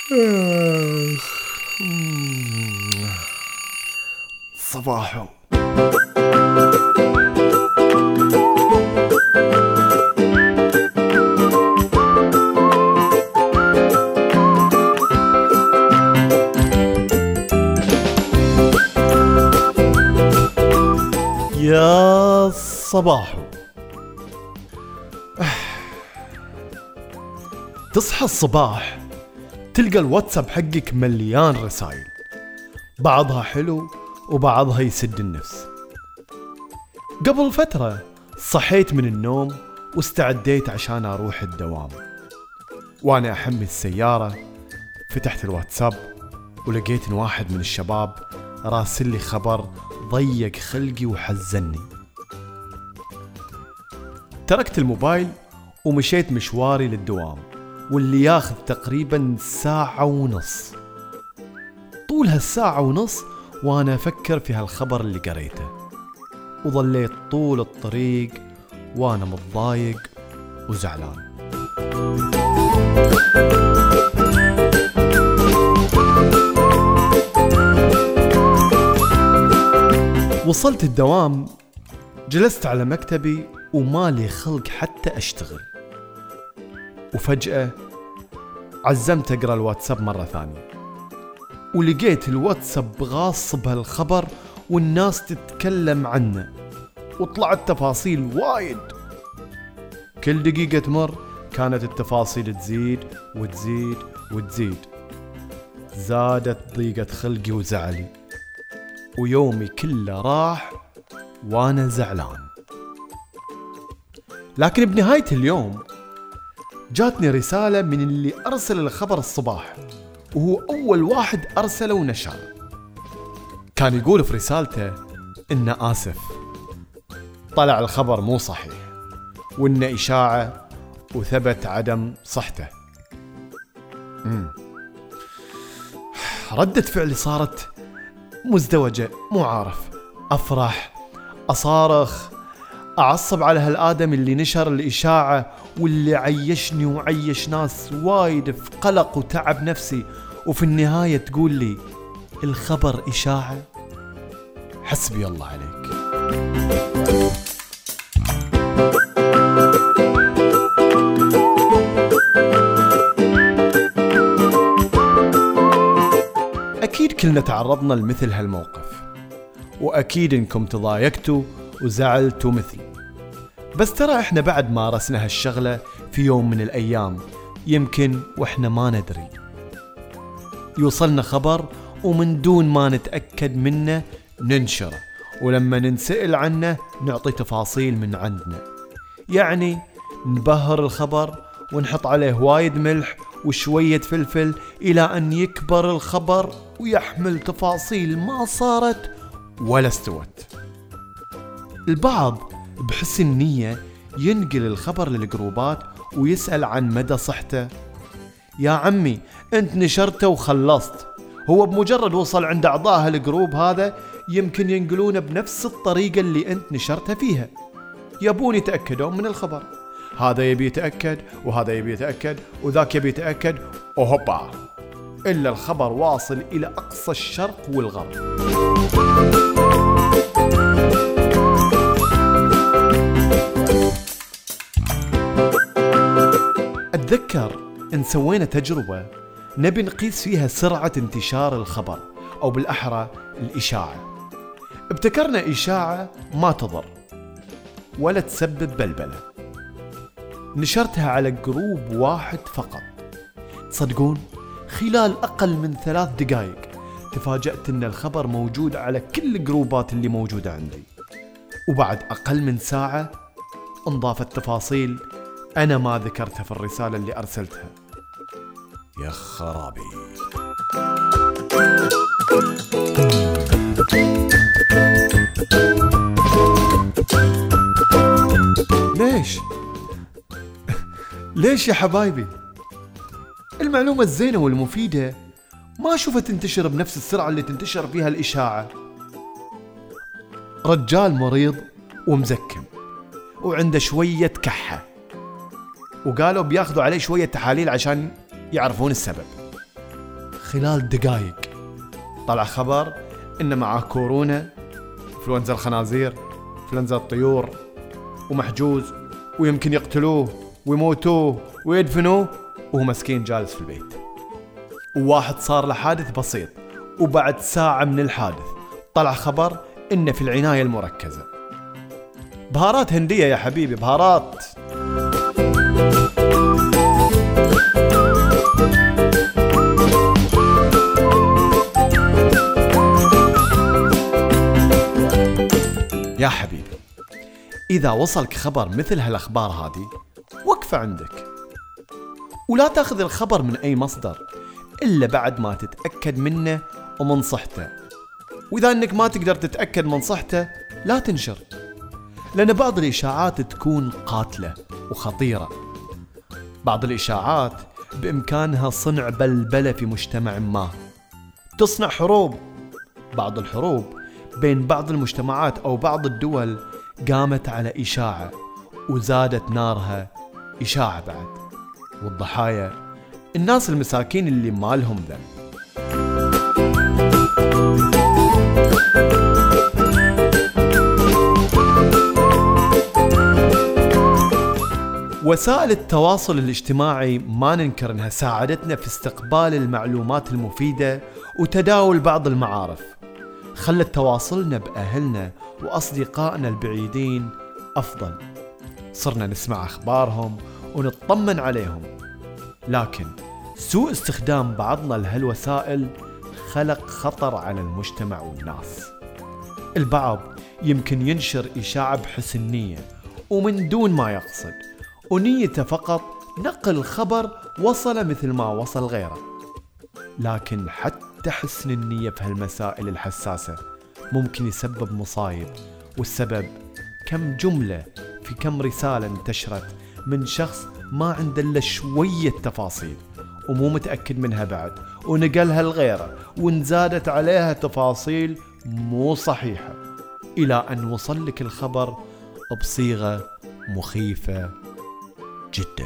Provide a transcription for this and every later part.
صباحو. يا صباحو. تصحى الصباح تلقى الواتساب حقك مليان رسائل، بعضها حلو وبعضها يسد النفس. قبل فترة صحيت من النوم واستعديت عشان أروح الدوام، وأنا أحمل السيارة فتحت الواتساب ولقيت إن واحد من الشباب راسل لي خبر ضيق خلقي وحزني. تركت الموبايل ومشيت مشواري للدوام، واللي ياخذ تقريبا 1.5 ساعة. طول هالساعة ونص وانا افكر في هالخبر اللي قريته، وظليت طول الطريق وانا متضايق وزعلان. وصلت الدوام، جلست على مكتبي ومالي خلق حتى اشتغل، وفجأة عزمت اقرأ الواتساب مرة ثانية، ولقيت الواتساب غاص بهالخبر والناس تتكلم عنه، وطلعت تفاصيل وايد. كل دقيقة تمر كانت التفاصيل تزيد وتزيد وتزيد. زادت ضيقة خلقي وزعلي، ويومي كله راح وانا زعلان. لكن بنهاية اليوم جاتني رسالة من اللي أرسل الخبر الصباح، وهو أول واحد أرسله ونشر. كان يقول في رسالته إنه آسف، طلع الخبر مو صحيح، وإنه إشاعة وثبت عدم صحته. ردة فعلي صارت مزدوجة، مو عارف أفرح، أصارخ، أعصب على هالآدم اللي نشر الإشاعة واللي عيشني وعيش ناس وايد في قلق وتعب نفسي، وفي النهاية تقول لي الخبر إشاعة. حسبي الله عليك. أكيد كلنا تعرضنا لمثل هالموقف، وأكيد إنكم تضايقتوا وزعلتوا مثلي. بس ترى إحنا بعد مارسنا هالشغلة في يوم من الأيام، يمكن وإحنا ما ندري يوصلنا خبر ومن دون ما نتأكد منه ننشره، ولما ننسأل عنه نعطي تفاصيل من عندنا. يعني نبهر الخبر ونحط عليه وايد ملح وشوية فلفل إلى أن يكبر الخبر ويحمل تفاصيل ما صارت ولا استوت. البعض بحسن النية ينقل الخبر للجروبات ويسأل عن مدى صحته. يا عمي انت نشرته وخلصت، هو بمجرد وصل عند أعضاء الجروب هذا يمكن ينقلونه بنفس الطريقة اللي انت نشرتها فيها. يبون يتأكدون من الخبر، هذا يبي يتأكد وهذا يبي يتأكد وذاك يبي يتأكد، وهوبا إلا الخبر واصل إلى أقصى الشرق والغرب. أتذكر إن سوينا تجربة نبي نقيس فيها سرعة انتشار الخبر، أو بالأحرى الإشاعة. ابتكرنا إشاعة ما تضر ولا تسبب بلبلة، نشرتها على جروب واحد فقط. تصدقون خلال أقل من 3 دقائق تفاجأت إن الخبر موجود على كل الجروبات اللي موجودة عندي، وبعد أقل من ساعة انضافت تفاصيل أنا ما ذكرتها في الرسالة اللي أرسلتها. يا خرابي. ليش يا حبايبي؟ المعلومة الزينة والمفيدة ما أشوفها تنتشر بنفس السرعة اللي تنتشر فيها الإشاعة. رجال مريض ومزكم وعنده شوية كحة، وقالوا بياخذوا عليه شوية تحاليل عشان يعرفون السبب. خلال دقائق. طلع خبر إن معاه كورونا، إنفلونزا الخنازير، إنفلونزا الطيور، ومحجوز، ويمكن يقتلوه ويموتوه ويدفنوه وهو مسكين جالس في البيت. وواحد صار له حادث بسيط، وبعد ساعة من الحادث طلع خبر إنه في العناية المركزة. بهارات هندية يا حبيبي، بهارات. يا حبيبي، إذا وصلك خبر مثل هالأخبار هذه وقف عندك، ولا تأخذ الخبر من أي مصدر إلا بعد ما تتأكد منه ومن صحته. وإذا أنك ما تقدر تتأكد من صحته لا تنشر، لأن بعض الإشاعات تكون قاتلة وخطيرة. بعض الإشاعات بإمكانها صنع بلبلة في مجتمع ما، تصنع حروب. بعض الحروب بين بعض المجتمعات أو بعض الدول قامت على إشاعة وزادت نارها إشاعة بعد، والضحايا الناس المساكين اللي ما لهم ذنب. وسائل التواصل الاجتماعي ما ننكر انها ساعدتنا في استقبال المعلومات المفيدة وتداول بعض المعارف، خلت تواصلنا بأهلنا وأصدقائنا البعيدين أفضل، صرنا نسمع أخبارهم ونطمن عليهم. لكن سوء استخدام بعضنا لهالوسائل خلق خطر على المجتمع والناس. البعض يمكن ينشر إشاعة بحسن نية ومن دون ما يقصد، ونيته فقط نقل الخبر وصل مثل ما وصل غيره. لكن حتى حسن النية في هالمسائل الحساسة ممكن يسبب مصايب، والسبب كم جملة في كم رسالة انتشرت من شخص ما عنده إلا شوية تفاصيل ومو متأكد منها بعد، ونقلها لغيره وانزادت عليها تفاصيل مو صحيحة، إلى أن وصل لك الخبر بصيغة مخيفة جدا.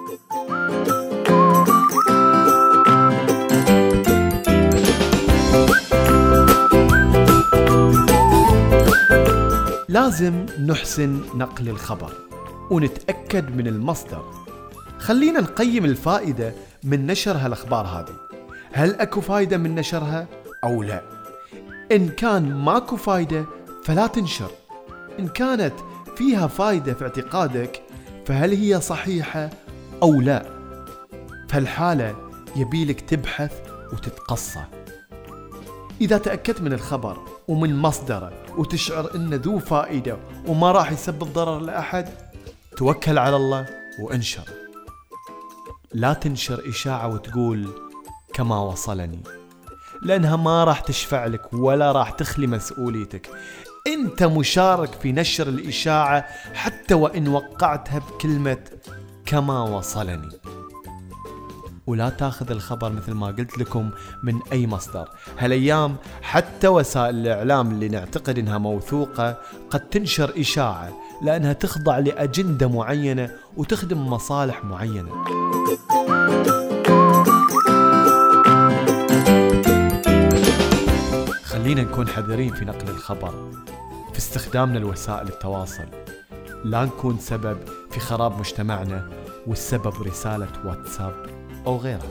لازم نحسن نقل الخبر ونتأكد من المصدر. خلينا نقيم الفائدة من نشر هالأخبار هذه، هل أكو فائدة من نشرها أو لا؟ إن كان ماكو فائدة فلا تنشر، إن كانت فيها فائدة في اعتقادك فهل هي صحيحة أو لا؟ فالحالة يبيلك تبحث وتتقصى. إذا تأكدت من الخبر ومن مصدره وتشعر إنه ذو فائدة وما راح يسبب ضرر لأحد، توكل على الله وانشر. لا تنشر إشاعة وتقول كما وصلني، لأنها ما راح تشفع لك ولا راح تخلي مسؤوليتك. أنت مشارك في نشر الإشاعة حتى وإن وقعتها بكلمة كما وصلني. ولا تاخذ الخبر مثل ما قلت لكم من أي مصدر. هالأيام حتى وسائل الإعلام اللي نعتقد إنها موثوقة قد تنشر إشاعة لأنها تخضع لأجندة معينة وتخدم مصالح معينة. خلينا نكون حذرين في نقل الخبر، في استخدامنا لوسائل التواصل، لا نكون سبب في خراب مجتمعنا والسبب رسالة واتساب أو غيرها.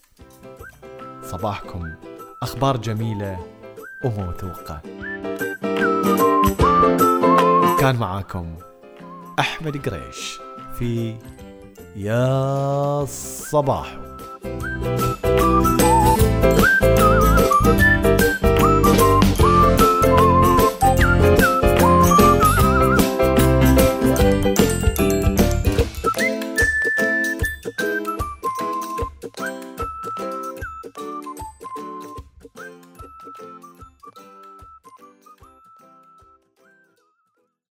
صباحكم أخبار جميلة وموثوقة. كان معاكم أحمد قريش في يا صباح.